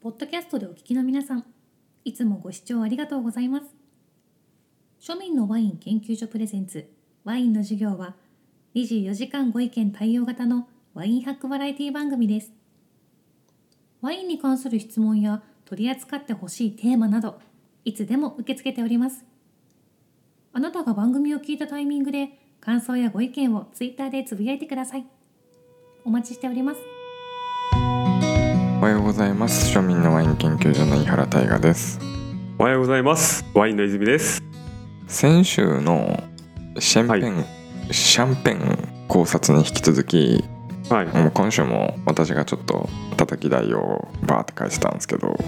ポッドキャストでお聞きの皆さん、いつもご視聴ありがとうございます。庶民のワイン研究所プレゼンツワインの授業は、24時間ご意見対応型のワインハックバラエティ番組です。ワインに関する質問や取り扱ってほしいテーマなど、いつでも受け付けております。あなたが番組を聞いたタイミングで感想やご意見をツイッターでつぶやいてください。お待ちしております。 おはようございます。庶民のワイン研究所の井原大我です。 おはようございます。ワインの泉です。 先週のシャンペン考察に引き続き、もう今週も私がちょっと叩き台をバーって返してたんですけど、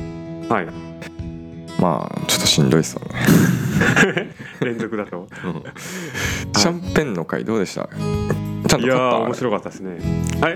まあちょっとしんどいっすよね連続だとシャンペンの回どうでした？ちゃんと買った？ いやー面白かったですね。 買った？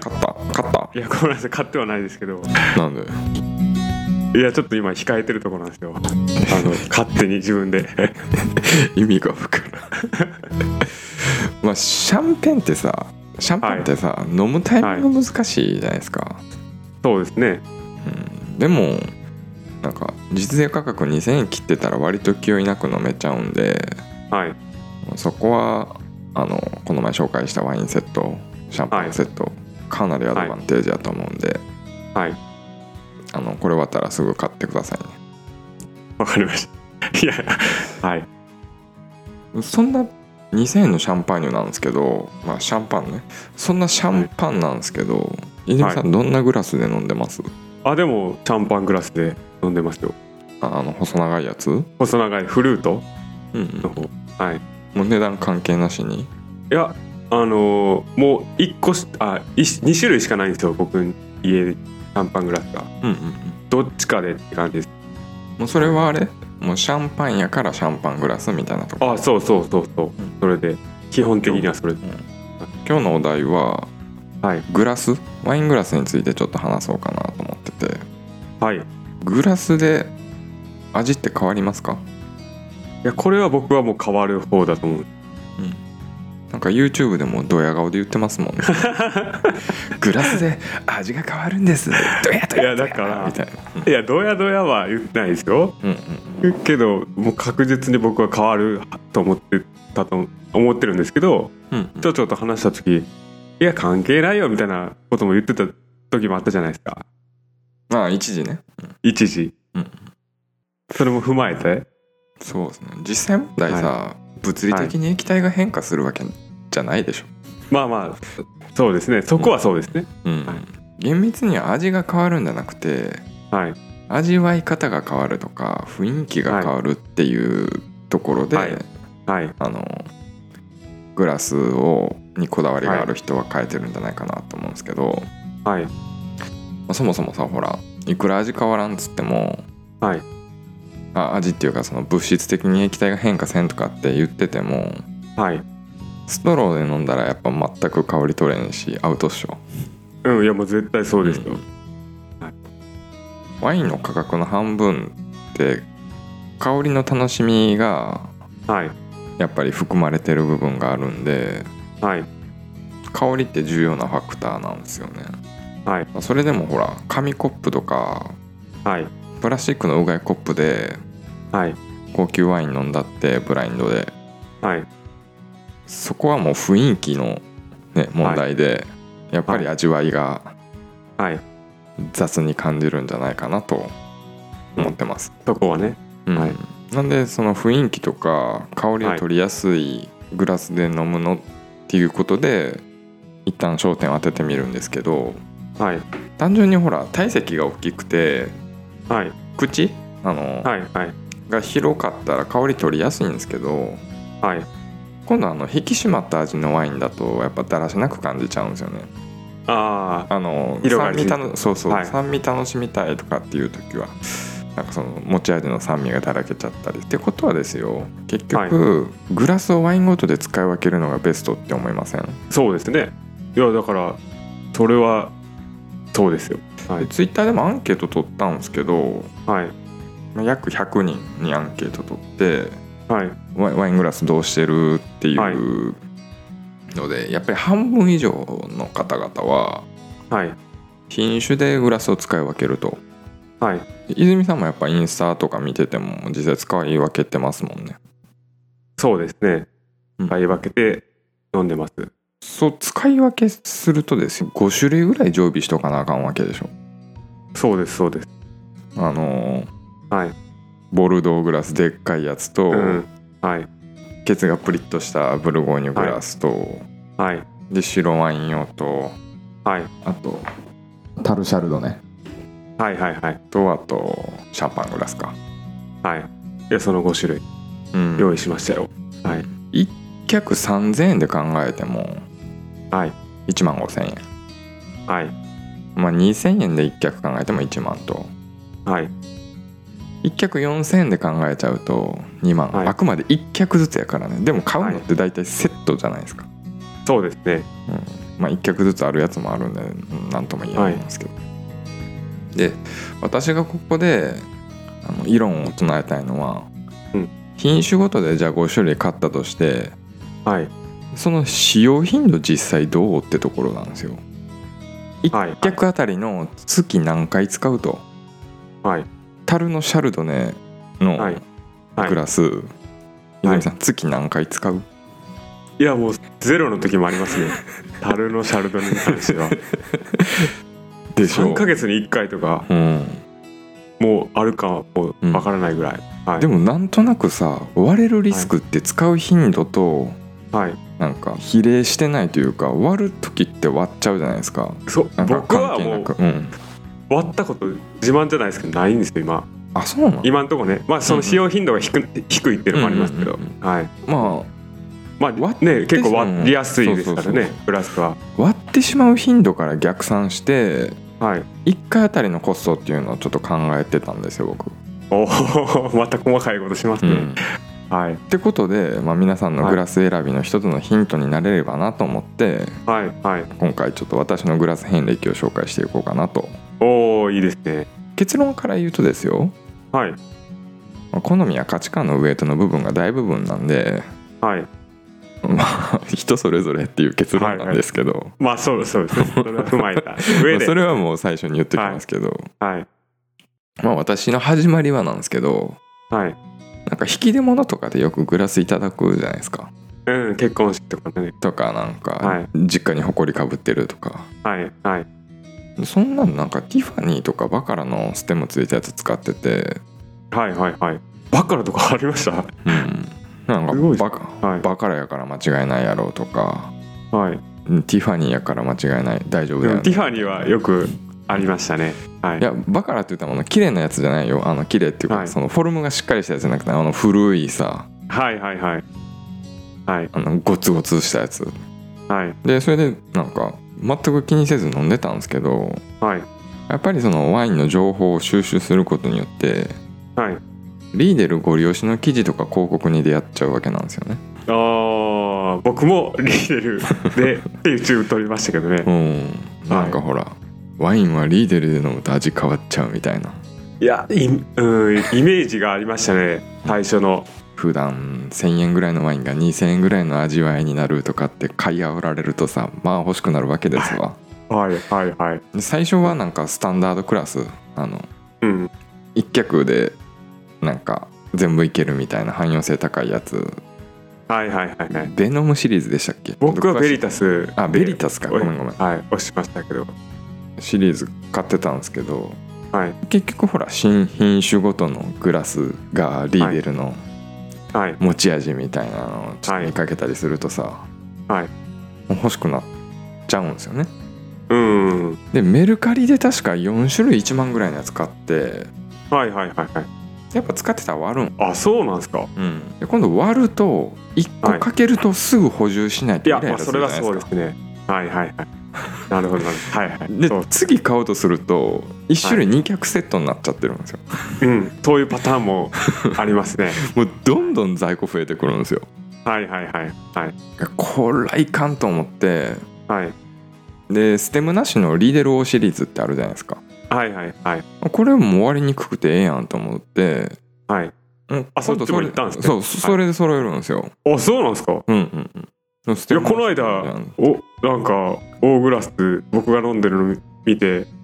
いやごめんなさい、買ってはないですけど。 なんで？ いやちょっと今控えてるところなんですよ勝手に自分で意味が分からんまあシャンペンってさ、飲むタイミング難しいじゃないですか。 そうですね、 でもなんか実税価格2000円切ってたら割と気負いなく飲めちゃうんで、そこはこの前紹介したワインセット、シャンパンセット、かなりアドバンテージだと思うんで、これ終わったらすぐ買ってくださいね。 わかりました。いやそんな2000円のシャンパーニュなんですけど、まあシャンパンね、そんなシャンパンなんですけど、泉さんどんなグラスで飲んでます？ でもシャンパングラスで飲んでますよ。 細長いやつ？ 細長いフルートの方、 もう値段関係なしに？ いやもう1個2種類しかないんですよ、僕家でシャンパングラスが、どっちかでって感じです。 もうそれはあれ？もうシャンパンやからシャンパングラスみたいなところ？ そう、それで基本的にはそれで、 今日のお題は、グラス、ワイングラスについてちょっと話そうかなと思ってて、グラスで味って変わりますか？ いやこれは僕はもう変わる方だと思う。 なんか YouTube でもドヤ顔で言ってますもんねグラスで味が変わるんです、ドヤドヤいやだからみたいな、 いやドヤドヤは言ってないですよ、けどもう確実に僕は変わると思ってるんですけど、ちょっと話した時、いや関係ないよみたいなことも言ってた時もあったじゃないですか。 一時ね、 それも踏まえて、 そうですね、実際問題さ、物理的に液体が変化するわけじゃないでしょ。まあそうですね、そこはそうですね、 厳密には味が変わるんじゃなくて、味わい方が変わるとか雰囲気が変わるっていうところで、グラスにこだわりがある人は変えてるんじゃないかなと思うんですけど、そもそもさ、ほらいくら味変わらんっつっても、味っていうかその物質的に液体が変化せんとかって言ってても、ストローで飲んだらやっぱ全く香り取れんしアウトっしょ。 いやもう絶対そうですよ、 ワインの価格の半分って香りの楽しみがやっぱり含まれてる部分があるんで、香りって重要なファクターなんですよね。それでもほら紙コップとか、プラスチックのうがいコップで高級ワイン飲んだってブラインドで、そこはもう雰囲気の、問題で、やっぱり味わいが雑に感じるんじゃないかなと思ってます、 そこはね、 なんでその雰囲気とか香りを取りやすいグラスで飲むのっていうことで一旦焦点を当ててみるんですけど、単純にほら体積が大きくて、口が広かったら香り取りやすいんですけど、今度引き締まった味のワインだとやっぱだらしなく感じちゃうんですよね。酸味楽しみたいとかっていう時はなんかその持ち味の酸味がだらけちゃったりってことはですよ、結局、グラスをワインごとで使い分けるのがベストって思いません？ そうですね。いやだからそれはそうですよ。 ツイッターでもアンケート取ったんですけど、約100人にアンケート取って、ワイングラスどうしてるっていうので、やっぱり半分以上の方々は、品種でグラスを使い分けると。 はい。 泉さんもやっぱインスタとか見てても実際使い分けてますもんね。 そうですね。使い分けて飲んでます。 そう使い分けするとですよ、5種類ぐらい常備しとかなあかんわけでしょ。 そうですそうです。 はい、ボルドーグラスでっかいやつと、はい、ケツがプリッとしたブルゴーニュグラスと、はい、で白ワイン用と、はい、あとタルシャルドね、はいはいはい、とあとシャンパングラスか、はい、でその5種類用意しましたよ。はい、1客3000円で考えても、はい、1万5000円、はい、まあ2000円で1客考えても1万と、はい、1客4000円で考えちゃうと2万、はい、あくまで1客ずつやからね。でも買うのって大体セットじゃないですか。そうですね、まあ1客ずつあるやつもあるんで何とも言えないんですけど、で私がここで異論を唱えたいのは、品種ごとでじゃあ5種類買ったとして、はい、その使用頻度実際どうってところなんですよ。1客あたりの月何回使うと、はい、樽のシャルドネのグラス、泉さん月何回使う？いやもうゼロの時もありますね。樽のシャルドネに関してはでしょ。3ヶ月に1回とか、もうあるかもう分からないぐらい、はい、でもなんとなくさ、割れるリスクって使う頻度と、はい、なんか比例してないというか、割る時って割っちゃうじゃないですか。そう僕はもう、割ったこと自慢じゃないですけどないんですよ今。あ、そうなの？今んとこね、まあその使用頻度が低いっていうのもありますけど、はい、まあね、結構割りやすいですからね。プラスは割ってしまう頻度から逆算して、はい、1回あたりのコストっていうのをちょっと考えてたんですよ僕。おお、また細かいことしますね、はい、ってことで、まあ、皆さんのグラス選びの一つのヒントになれればなと思って、はいはい、今回ちょっと私のグラス遍歴を紹介していこうかなと。おー、いいですね。結論から言うとですよ、はい、まあ、好みや価値観のウエイトの部分が大部分なんで、はい、まあ人それぞれっていう結論なんですけど、はいはい、まあそうですね、それは踏まえた上でそれはもう最初に言っておきますけど、はいはい、まあ私の始まりはなんですけど、はい、なんか引き出物とかでよくグラスいただくじゃないですか。結婚式とかね。とかなんか実家に埃かぶってるとか。はいはい。そんなんなんかティファニーとかバカラのステムついたやつ使ってて。はいはいはい。バカラとかありました？なんかバカラやから間違いないやろうとか。はい。ティファニーやから間違いない、大丈夫だよね。ティファニーはよくありましたね。はい、いやバカラって言ったもの綺麗なやつじゃないよ。綺麗っていうか、はい、そのフォルムがしっかりしたやつじゃなくて古いさ、はいはいはいはい、ゴツゴツしたやつ、はい、でそれでなんか全く気にせず飲んでたんですけど、はい、やっぱりそのワインの情報を収集することによって、はい、リーデルご利用しの記事とか広告に出会っちゃうわけなんですよね。あ、僕もリーデルで YouTube 撮りましたけどね、なんかほら、ワインはリーデルで飲むと味変わっちゃうみたいな。いやイメージがありましたね。最初の普段1000円ぐらいのワインが2000円ぐらいの味わいになるとかって買いあおられるとさ、まあ欲しくなるわけですわ。はいはいはい。最初はなんかスタンダードクラス、一脚でなんか全部いけるみたいな汎用性高いやつ。はいはいはいはい。ベノムシリーズでしたっけ？僕はベリタス。あ、ベリタスか。ごめんごめん。はい、押しましたけど。シリーズ買ってたんですけど、はい、結局ほら新品種ごとのグラスがリーデルの持ち味みたいなのをちょっと見かけたりするとさ、はい、欲しくなっちゃうんですよね。でメルカリで確か4種類1万ぐらいのやつ買って、はいはいはいはい、やっぱ使ってたら割るん。あ、そうなんですか。で今度割ると1個かけるとすぐ補充しないとイライラするじゃないですか。いや、それはそうですね。はいはいはい。なるほどはいはい。で次買おうとすると1種類2脚セットになっちゃってるんですよ。そういうパターンもありますね。もうどんどん在庫増えてくるんですよ。はいはいはいはい。これはいかんと思って、はい、でステムなしのリーデル O シリーズってあるじゃないですか。はいはいはい。これも割りにくくてええやんと思って、はい、あ、そっちも行ったんですね。そう、それで揃えるんですよ。あ、そうなんですか。いやこの間なんかオーグラス僕が飲んでるの見て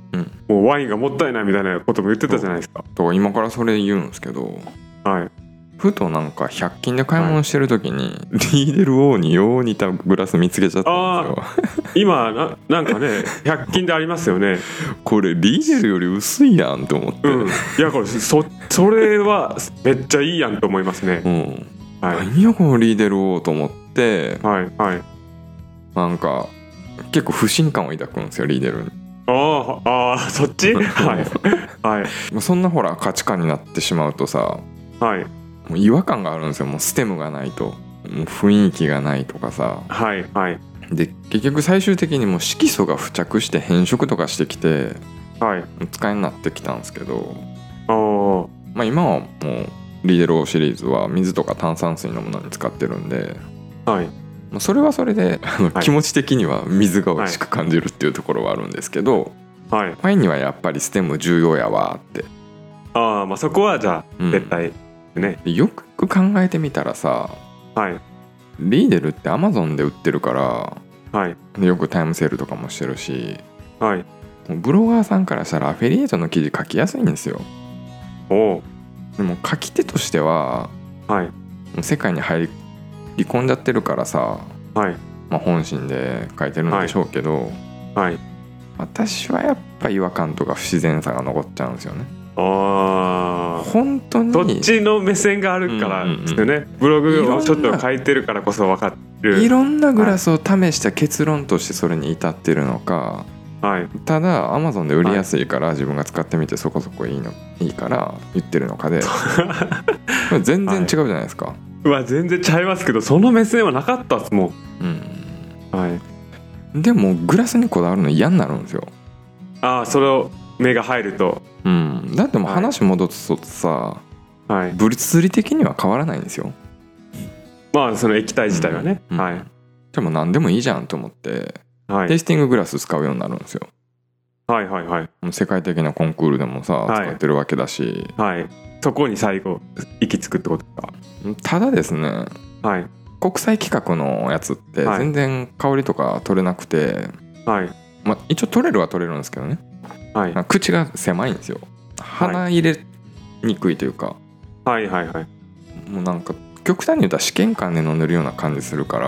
もうワインがもったいないみたいなことも言ってたじゃないですか。 と今からそれ言うんですけど、 はい、 ふとなんか100均で買い物してる時に、リーデル王によう似たグラス見つけちゃったんですよ。 今なんかね100均でありますよね。 これリーデルより薄いやんと思って、 いやこれそれはめっちゃいいやんと思いますね。 何やこのリーデル王と思って、なんか結構不信感を抱くんですよリーデルに。 そっちそんなほら価値観になってしまうとさ、もう違和感があるんですよ。もうステムがないと、もう雰囲気がないとかさ、で結局最終的にもう色素が付着して変色とかしてきて、使いになってきたんですけど、今はもうリーデルオーシリーズは水とか炭酸水のものに使ってるんで、それはそれで気持ち的には水が美味しく感じるっていうところはあるんですけど、ワインにはやっぱりステム重要やわって。 そこはじゃあ絶対ね、 よく考えてみたらさ、リーデルってアマゾンで売ってるから、よくタイムセールとかもしてるし、ブロガーさんからしたらアフィリエイトの記事書きやすいんですよ。でも書き手としては、世界に入り込んじゃってるからさ、本心で書いてるんでしょうけど、私はやっぱ違和感とか不自然さが残っちゃうんですよね。本当にどっちの目線があるからですよね。ブログをちょっと書いてるからこそ分かる。 いろんなグラスを試した結論としてそれに至ってるのか、ただ Amazon で売りやすいから自分が使ってみてそこそこいいから言ってるのかで全然違うじゃないですか。 全然ちゃいますけど、その目線はなかったっすもん。でもグラスにこだわるの嫌になるんですよ。 それを目が入ると、 だってもう話戻すとさ、物理的には変わらないんですよ。 その液体自体はね。 でも何でもいいじゃんと思って、テイスティンググラス使うようになるんですよ。世界的なコンクールでもさ、使ってるわけだし、 そこに最後行き着くってことか。 ただですね、国際規格のやつって全然香りとか取れなくて、一応取れるは取れるんですけどね、口が狭いんですよ。鼻入れにくいというか、もうなんか極端に言うと試験管で飲んでるような感じするから、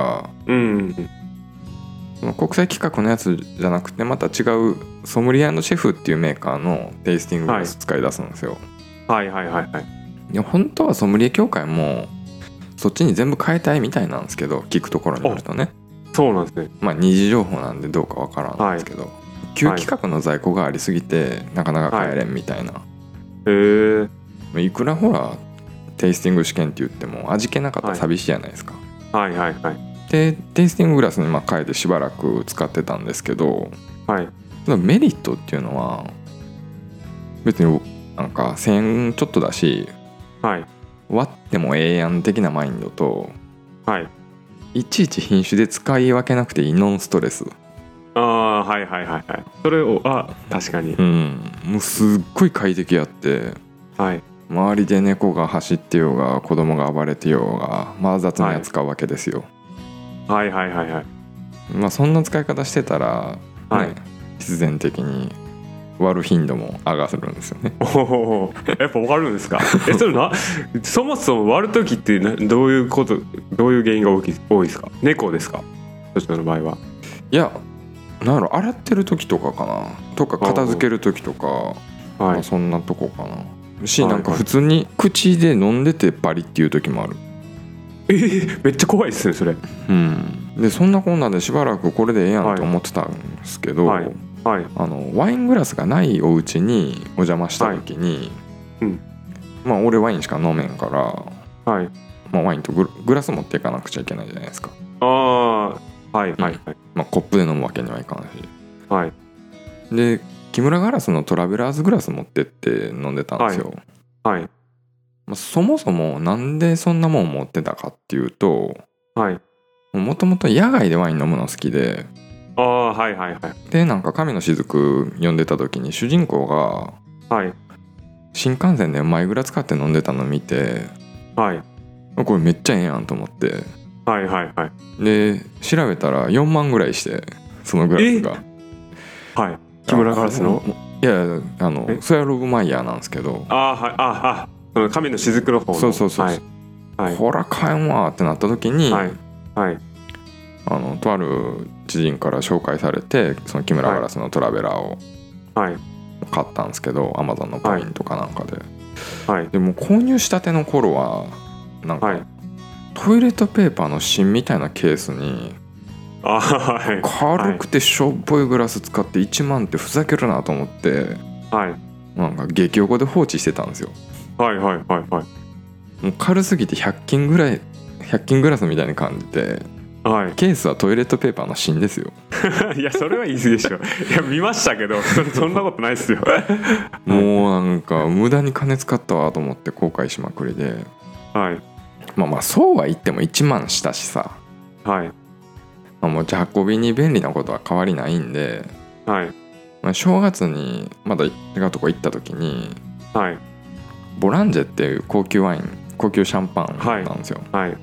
国際規格のやつじゃなくてまた違うソムリエ&シェフっていうメーカーのテイスティンググラス使い出すんですよ。いや本当はソムリエ協会もそっちに全部変えたいみたいなんですけど、聞くところによるとね。 そうなんですね。 二次情報なんでどうかわからないんですけど、旧規格の在庫がありすぎてなかなか変えれんみたいな。いくらほらテイスティング試験って言っても味気なかったら寂しいじゃないですか。でテイスティンググラスに変えてしばらく使ってたんですけど、メリットっていうのは別になんか1000円ちょっとだし、割ってもええやん的なマインドと、いちいち品種で使い分けなくていいノンストレス。 それを確かに、 もうすっごい快適やって、周りで猫が走ってようが子供が暴れてようが雑に扱うわけですよ。そんな使い方してたら、必然的に割る頻度も上がるんですよね。 やっぱ割るんですか？そもそも割る時ってどういう原因が多いですか？猫ですか？そちらの場合は。 いや、なんやろ、洗ってる時とかかなとか片付ける時とか、そんなとこかなし、なんか普通に口で飲んでてバリっていう時もある。 めっちゃ怖いですねそれ。 でそんなこんなでしばらくこれでええやんと思ってたんですけど、ワイングラスがないお家にお邪魔した時に、俺ワインしか飲めんから、ワインとグラス持っていかなくちゃいけないじゃないですか。コップで飲むわけにはいかないし、で木村ガラスのトラベラーズグラス持ってって飲んでたんですよ。そもそもなんでそんなもん持ってたかっていうと、もともと野外でワイン飲むの好きで、でなんか神の雫読んでた時に主人公が新幹線でマイグラ使って飲んでたの見て、これめっちゃええやんと思って、で調べたら4万ぐらいして、そのグラスが、 木村ガラスのいやそれはロブマイヤーなんですけど、 その神の雫の方の。 そう、ほら買えんわってなった時に、とある知人から紹介されて、その木村ガラスのトラベラーを買ったんですけど、Amazon のポイントかなんかで、でも購入したての頃はなんか、トイレットペーパーの芯みたいなケースに軽くてしょっぽいグラス使って1万ってふざけるなと思って、なんか激横で放置してたんですよ。もう軽すぎて100均グラスみたいに感じて、ケースはトイレットペーパーの芯ですよ。 いやそれは言い過ぎでしょ。いや見ましたけどそんなことないですよ。 もうなんか無駄に金使ったわと思って後悔しまくりで、まあそうは言っても1万したしさ、持ち運びに便利なことは変わりないんで、正月にまだ違うとこ行った時に、ボランジェっていう高級ワイン、高級シャンパンなんですよ。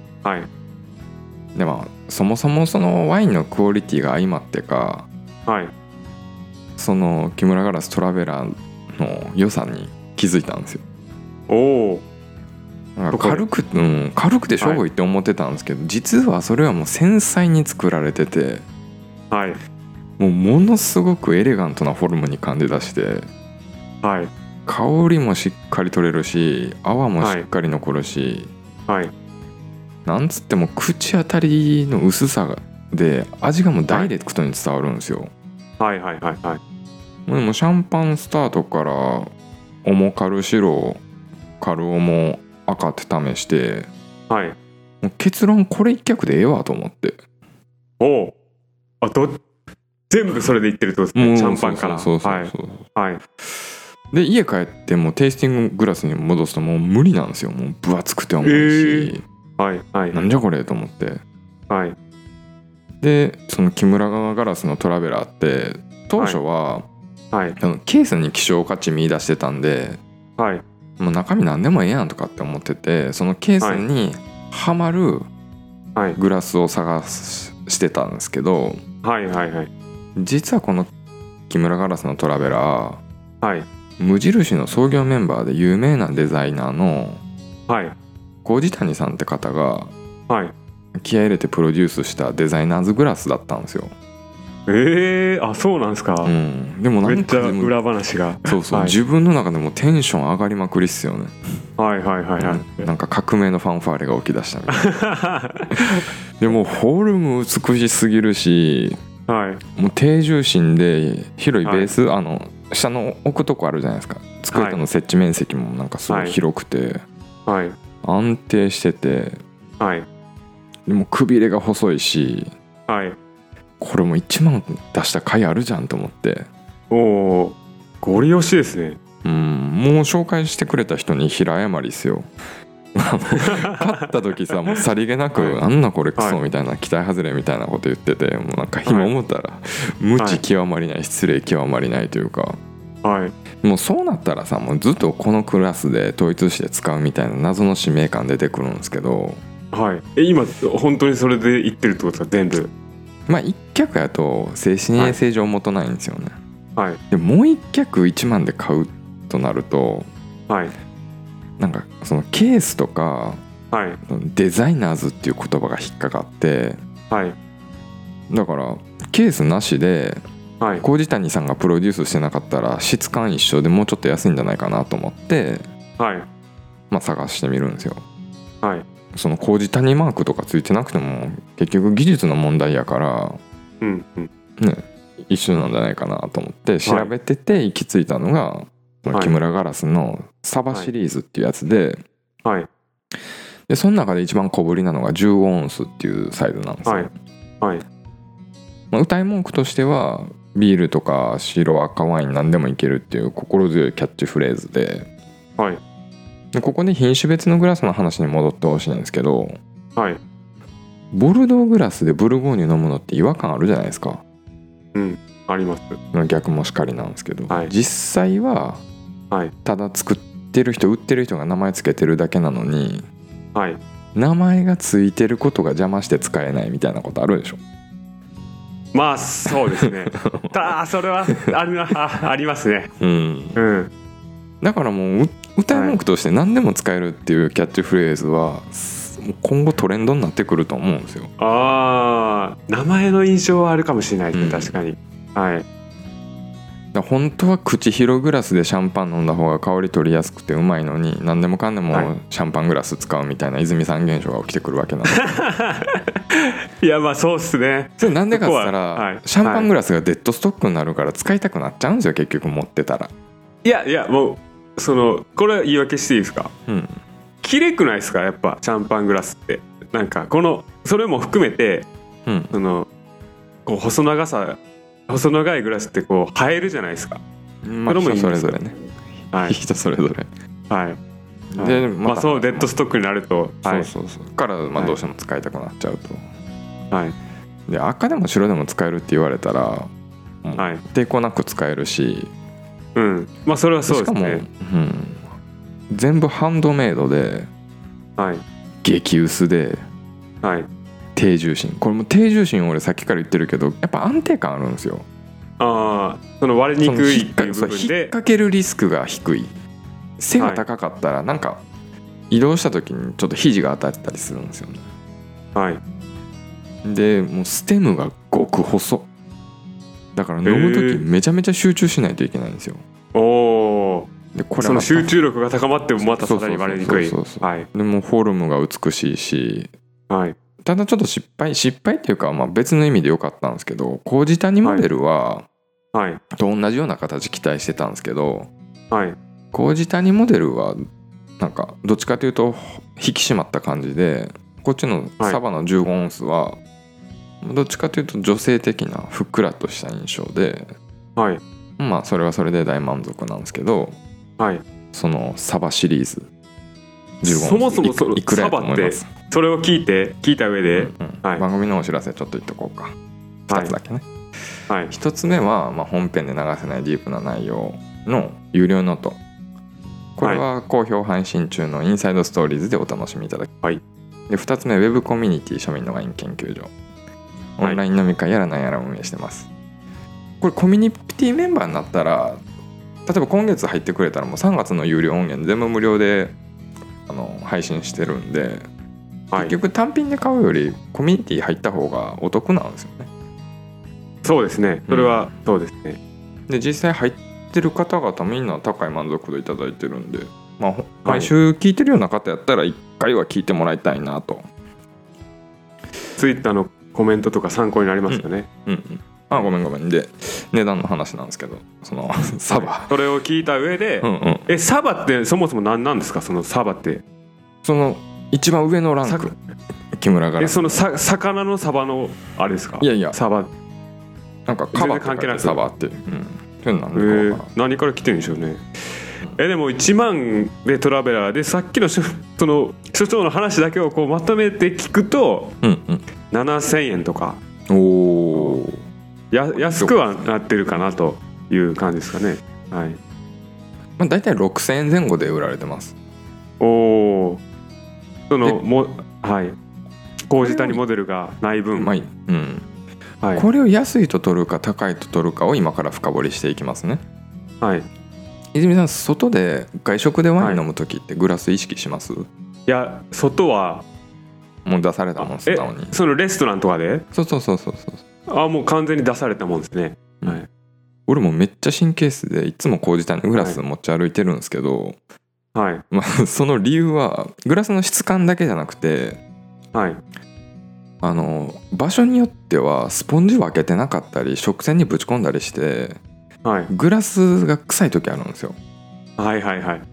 でそもそもそのワインのクオリティが相まってか、その木村ガラストラベラーの良さに気づいたんですよ。軽くてしょぼいって思ってたんですけど、実はそれはもう繊細に作られてて、ものすごくエレガントなフォルムに感じ出して、香りもしっかり取れるし、泡もしっかり残るし、なんつっても口当たりの薄さで味がもうダイレクトに伝わるんですよ。でもシャンパンスタートから重軽白軽重赤って試して、もう結論これ一脚でええわと思って。 全部それでいってるってことですね。シャンパンから。 で家帰ってもテイスティンググラスに戻すともう無理なんですよ。もう分厚くて重いし、なんじゃこれと思って、でその木村ガラスのトラベラーって当初は、ケースに希少価値見出してたんで、もう中身何でもええやんとかって思ってて、そのケースにはまるグラスを探してたんですけど、実はこの木村ガラスのトラベラー、無印の創業メンバーで有名なデザイナーの麹谷さんって方が気合い入れてプロデュースしたデザイナーズグラスだったんですよ。 そうなんですか。 でもなんかめっちゃ裏話が。 自分の中でもテンション上がりまくりっすよね。なんか革命のファンファーレが起き出したみたいな。でもフォルム美しすぎるし、もう低重心で広いベース、下の置くとこあるじゃないですか。机との接地面積もなんかすごい広くて、安定してて、でもくびれが細いし、これも1万出した甲斐あるじゃんと思って。 ゴリ押しですね。 もう紹介してくれた人に平謝りっすよ。買った時さ、もうさりげなく、あんなこれクソみたいな、期待外れみたいなこと言ってて、もうなんか今思ったら無知極まりない、失礼極まりないというか、もうそうなったらさ、もうずっとこのクラスで統一して使うみたいな謎の使命感出てくるんですけど、 今本当にそれで言ってるってことですか、全部。 一脚やと精神衛生上元ないんですよね。でもう一脚1万で買うとなると、なんかそのケースとか、デザイナーズっていう言葉が引っかかって、だからケースなしで麹谷さんがプロデュースしてなかったら質感一緒でもうちょっと安いんじゃないかなと思って、探してみるんですよ。その麹谷マークとかついてなくても結局技術の問題やから、一緒なんじゃないかなと思って調べてて行き着いたのが、木村ガラスのサバシリーズっていうやつで、でその中で一番小ぶりなのが15オンスっていうサイズなんですよ。歌い文句としてはビールとか白赤ワイン何でもいけるっていう心強いキャッチフレーズで、でここで品種別のグラスの話に戻ってほしいんですけど、ボルドーグラスでブルゴーニュ飲むのって違和感あるじゃないですか。 あります。 逆もしかりなんですけど、実際はただ作ってる人売ってる人が名前つけてるだけなのに、名前がついてることが邪魔して使えないみたいなことあるでしょ。 まあそうですねそれはありますね。うん、 うん、だからもう歌い文句として何でも使えるっていうキャッチフレーズは今後トレンドになってくると思うんですよ。 ああ、名前の印象はあるかもしれないですね、確かに。はい。 だ本当は口広グラスでシャンパン飲んだ方が香り取りやすくてうまいのに、何でもかんでもシャンパングラス使うみたいな泉さん現象が起きてくるわけなんでいやまあそうっすね。 それなんでかって言ったら、はい、シャンパングラスがデッドストックになるから使いたくなっちゃうんですよ、結局持ってたら。 いやもうこれは言い訳していいですか。うん、きれくないですか、やっぱシャンパングラスって。なんかそれも含めて、うん、こう細長いグラスってこう映えるじゃないですか。 まあ、人それぞれね、はい、人それぞれ、 はい、でまあそうデッドストックになると、 そうからまあどうしても使いたくなっちゃうと、はい、で赤でも白でも使えるって言われたら、はい、抵抗なく使えるし、 うん、まあそれはそうですね。しかも、 うん、全部ハンドメイドで、はい、激薄で、はい、低重心。これも低重心俺さっきから言ってるけどやっぱ安定感あるんですよ。 ああ、割れにくいっていう部分で引っ掛けるリスクが低い。背が高かったらなんか移動した時にちょっと肘が当たったりするんですよね。はい。でもうステムが極細だから飲む時めちゃめちゃ集中しないといけないんですよ。 おお。でこれその集中力が高まってもまたさらに割れにくい。 でもフォルムが美しいし、はい、ただちょっと失敗っていうか、まあ別の意味で良かったんですけど、コウジタニモデルは、はい、と同じような形期待してたんですけど、はい、コウジタニモデルはなんかどっちかというと引き締まった感じで、こっちのサバの15オンスはどっちかというと女性的なふっくらとした印象で、はい、まあそれはそれで大満足なんですけど、はい、そのサバシリーズ15オンスそもそもいくらやと思います？それを聞いた上で、 はい、番組のお知らせちょっと言っとこうか。2つだけね、はい、1つ目は、まあ、本編で流せないディープな内容の有料ノート。これは好評配信中のインサイドストーリーズでお楽しみいただき、はい、で2つ目ウェブコミュニティ庶民のワイン研究所。オンライン飲み会やら何やら運営してます。これコミュニティメンバーになったら、例えば今月入ってくれたらもう3月の有料音源全部無料で配信してるんで、結局単品で買うよりコミュニティ入った方がお得なんですよね。 そうですね、それはそうですね。 で実際入ってる方々みんな高い満足度いただいてるんで、まあ、毎週聞いてるような方やったら1回は聞いてもらいたいなと。 ツイッターのコメントとか参考になりますよね。 あ、ごめんで値段の話なんですけど、そのサバ、 それを聞いた上で、サバってそもそも何なんですか？そのサバってその一番上のランク、木村がその魚のサバのあれですか？いやサバなんかカバって書いてサバって、 何から来てるんでしょうね。でも1万でトラベラーでさっきのその所長の話だけをこうまとめて聞くと、7000円とか、安くはなってるかなという感じですかね。はい。 まあだいたい6000円前後で売られてます。 はい。コウジタニモデルがない分、はい、 これを安いと取るか高いと取るかを今から深掘りしていきますね。はい。泉さん、外で外食でワイン飲む時ってグラス意識します？ いや、外はもう出されたもん素直に。 そのレストランとかで？そう。もう完全に出されたもんですね。はい。 俺もめっちゃ神経質でいつもコウジタニグラス持ち歩いてるんですけど、はい。まあその理由はグラスの質感だけじゃなくて、はい。場所によってはスポンジ分けてなかったり食洗にぶち込んだりして、はい、グラスが臭い時あるんですよ。 はい。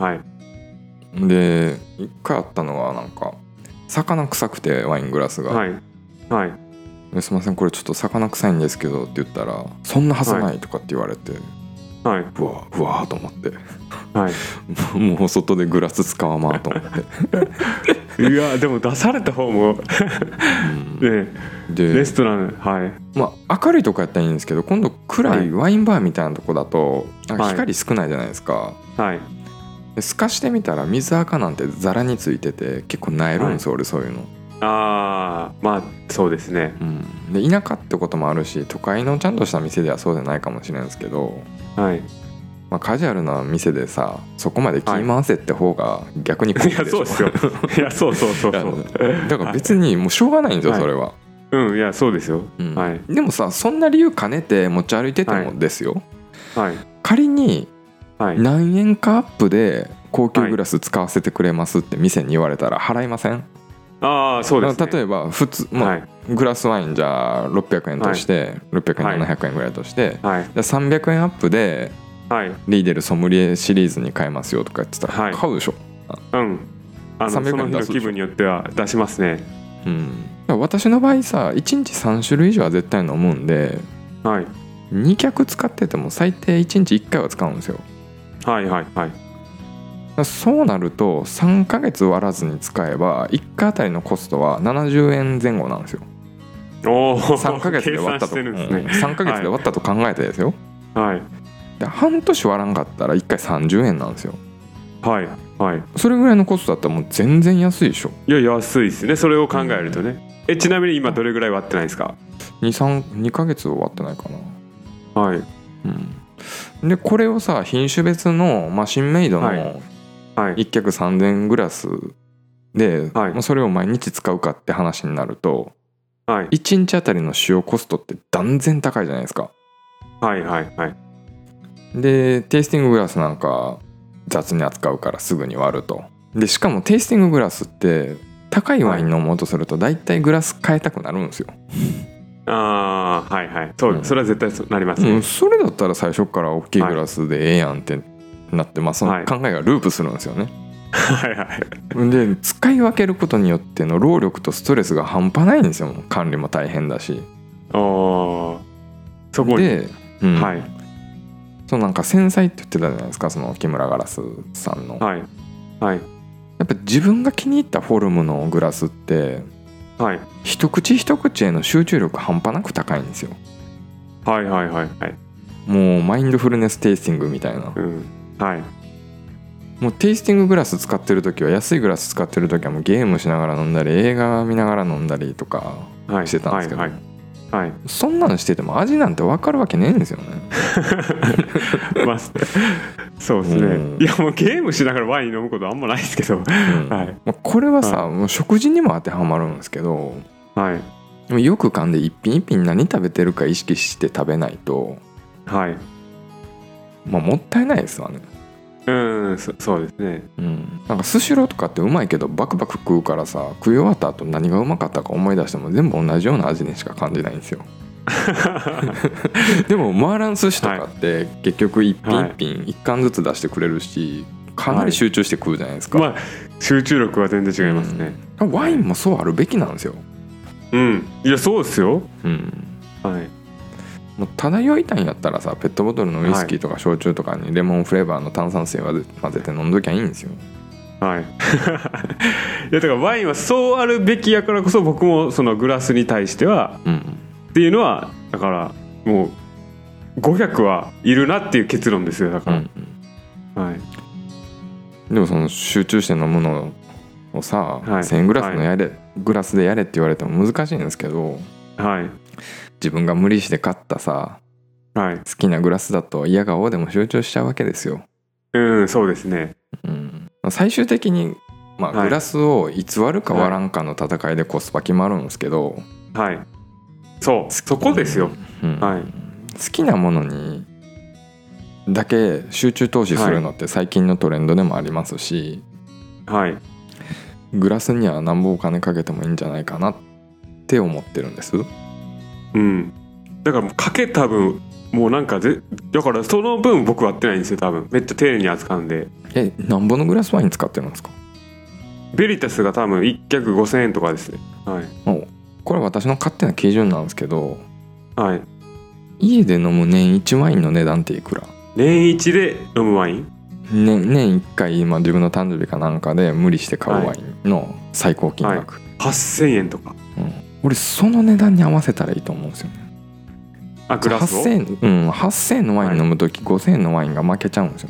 で一回あったのはなんか魚臭くてワイングラスが、はい、すいませんこれちょっと魚臭いんですけどって言ったらそんなはずないとかって言われて、はい、うわーと思って、はい、もう外でグラス使わまーと思っていやでも出された方もね、でレストラン、はい、 まあ明るいとこやったらいいんですけど、今度暗いワインバーみたいなとこだと光少ないじゃないですか。はい。で透かしてみたら水垢なんてザラについてて結構なえるんですよ、俺そういうの。 ああ、まあそうですね、 で田舎ってこともあるし、都会のちゃんとした店ではそうじゃないかもしれないんですけど、 はい、 カジュアルな店でさ、そこまで気回せって方が逆に酷でしょ。 いやそうですよいやそうだから別にもうしょうがないんですよ、それは。 いやそうですよ、はい、 でもさ、そんな理由兼ねて持ち歩いててもですよ、はい、仮に何円かアップで高級グラス使わせてくれますって店に言われたら払いません？ ああそうですね。 例えば普通、グラスワインじゃあ600円として、600円700円ぐらいとして、じゃあ300円アップでリーデルソムリエシリーズに買えますよとか言ってたら買うでしょ。 その日の気分によっては出しますね。 私の場合さ、1日3種類以上は絶対飲むんで、2脚使ってても最低1日1回は使うんですよ。そうなると3ヶ月割らずに使えば1回あたりのコストは70円前後なんですよ。3ヶ月で割ったと、3ヶ月で割ったと考えてですよ。で半年割らんかったら1回30円なんですよ。それぐらいのコストだったらもう全然安いでしょ。 いや安いですね、それを考えるとね。ちなみに今どれぐらい割ってないですか ？2ヶ月割ってないかな。でこれをさ、品種別のマシンメイドの1脚3000円グラスで、それを毎日使うかって話になると、1日あたりの使用コストって断然高いじゃないですか。でテイスティンググラスなんか雑に扱うからすぐに割ると。でしかもテイスティンググラスって高いワイン飲もうとするとだいたいグラス変えたくなるんですよ。 そう、それは絶対なりますね。 それだったら最初から大きいグラスでええやんってなって、その考えがループするんですよね。で使い分けることによっての労力とストレスが半端ないんですよ。管理も大変だし。 そこで、 そうなんか繊細って言ってたじゃないですか、その木村ガラスさんの。やっぱ自分が気に入ったフォルムのグラスって、一口一口への集中力半端なく高いんですよ。もうマインドフルネステイスティングみたいな。もうテイスティンググラス使ってる時は、安いグラス使ってる時はもうゲームしながら飲んだり映画見ながら飲んだりとかしてたんですけど、そんなのしてても味なんて分かるわけねえんですよね。 そうですね。いやもうゲームしながらワイン飲むことあんまないですけど、 これはさ、もう食事にも当てはまるんですけど、でもよく噛んで一品一品何食べてるか意識して食べないと、もったいないですわね。 そうですね。 なんかスシローとかってうまいけどバクバク食うからさ、食い終わった後何がうまかったか思い出しても全部同じような味にしか感じないんですよ。でもマーラン寿司とかって結局一品一品一貫ずつ出してくれるし、かなり集中して食うじゃないですか。 集中力は全然違いますね。 ワインもそうあるべきなんですよ。 いやそうですよ。 もう漂いたんやったらさ、ペットボトルのウイスキーとか焼酎とかにレモンフレーバーの炭酸水を混ぜて飲んどきゃいいんですよ。 いやだからワインはそうあるべきやからこそ、僕もそのグラスに対しては、っていうのはだからもう500はいるなっていう結論ですよ。だから、 でもその集中して飲むのをさ、1000円グラスのグラスでやれって言われても難しいんですけど、自分が無理して買ったさ、好きなグラスだと嫌顔でも集中しちゃうわけですよ。 そうですね。 最終的に、グラスをいつ割るか割らんかの戦いでコスパ決まるんですけど、 そこですよ。 好きなものにだけ集中投資するのって最近のトレンドでもありますし、グラスには何ぼお金かけてもいいんじゃないかなって思ってるんです。 だからもうかけた分もうなんかだからその分僕割ってないんですよ。多分めっちゃ丁寧に扱うんで。 何本のグラスワイン使ってるんですか？ ベリタスが多分1脚5000円とかですね。 これは私の勝手な基準なんですけど、家で飲む年一ワインの値段っていくら？ 年一で飲むワイン？ 年1回、自分の誕生日かなんかで無理して買うワインの最高金額、 8000円とか。 俺その値段に合わせたらいいと思うんですよね。 グラスを 8000円のワイン飲むとき、5000円のワインが負けちゃうんですよ。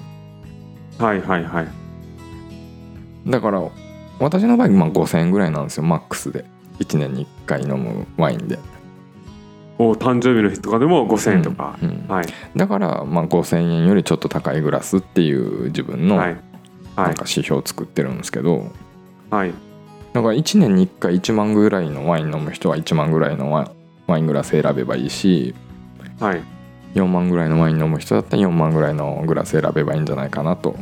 だから私の場合5000円ぐらいなんですよ、マックスで。 1年に1回飲むワインで。 誕生日の日とかでも5000円とか、はい、 だからまあ5000円よりちょっと高いグラスっていう自分のなんか指標を作ってるんですけど、 はい、 だから1年に1回1万ぐらいのワイン飲む人は1万ぐらいのワイングラス選べばいいし、 はい、 4万ぐらいのワイン飲む人だったら4万ぐらいのグラス選べばいいんじゃないかなと。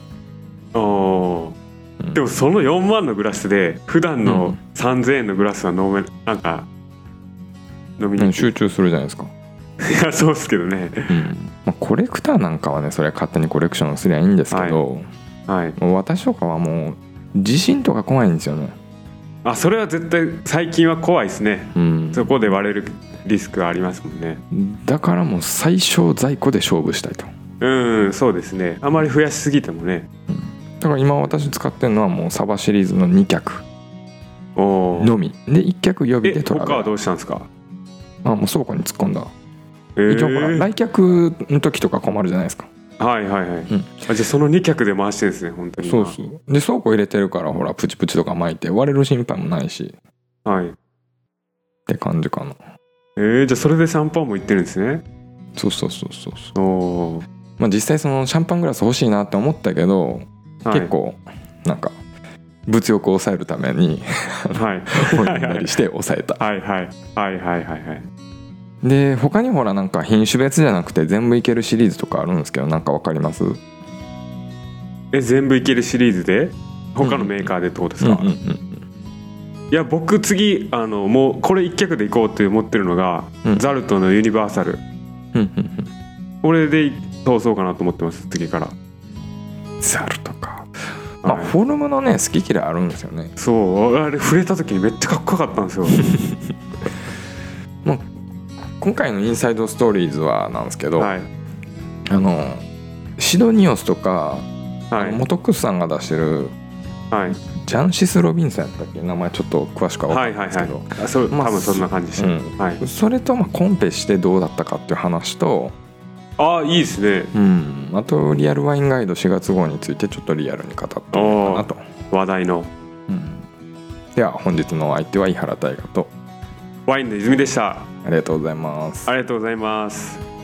でもその4万のグラスで普段の3000円のグラスはなんか飲みに集中するじゃないですか。 いやそうですけどね、 まあ、コレクターなんかはねそれは勝手にコレクションすりゃいいんですけど、もう私とかはもう地震とか怖いんですよね。 それは絶対最近は怖いですね、そこで割れるリスクはありますもんね。 だからもう最小在庫で勝負したいと。 そうですね。あまり増やしすぎてもね、 だから今私使ってるのはもうサバシリーズの2脚のみで1脚予備でトラベラー。 他はどうしたんですか？ もう倉庫に突っ込んだ。一応ほら来客の時とか困るじゃないですか。 はいはいはい、じゃあその2脚で回してるんですね本当に。 そうで倉庫入れてるからほらプチプチとか巻いて割れる心配もないし、って感じかな。 じゃあそれでシャンパンもいってるんですね。 そうまあ実際そのシャンパングラス欲しいなって思ったけど、結構なんか物欲を抑えるために本になりして抑えた。で他にほらなんか品種別じゃなくて全部いけるシリーズとかあるんですけど、なんかわかります？ 全部いけるシリーズで他のメーカーでってことですか？いや僕次もうこれ一脚でいこうって思ってるのが、ザルトのユニバーサル、これで通そうかなと思ってます次から。 ザルトか、フォルムのね好き嫌いあるんですよね。 そうあれ触れた時にめっちゃかっこよかったんですよ今回のインサイドストーリーズはなんですけど、シドニオスとか、モトクスさんが出してる、ジャンシス・ロビンさんやったっけ、名前ちょっと詳しくは分かんないですけど、 多分そんな感じでした、 それとコンペしてどうだったかっていう話と、 いいですね、 あとリアルワインガイド4月号についてちょっとリアルに語ってみようかなと。 話題の、 では本日のお相手は井原大我とワインの泉でした。 ありがとうございます。 ありがとうございます。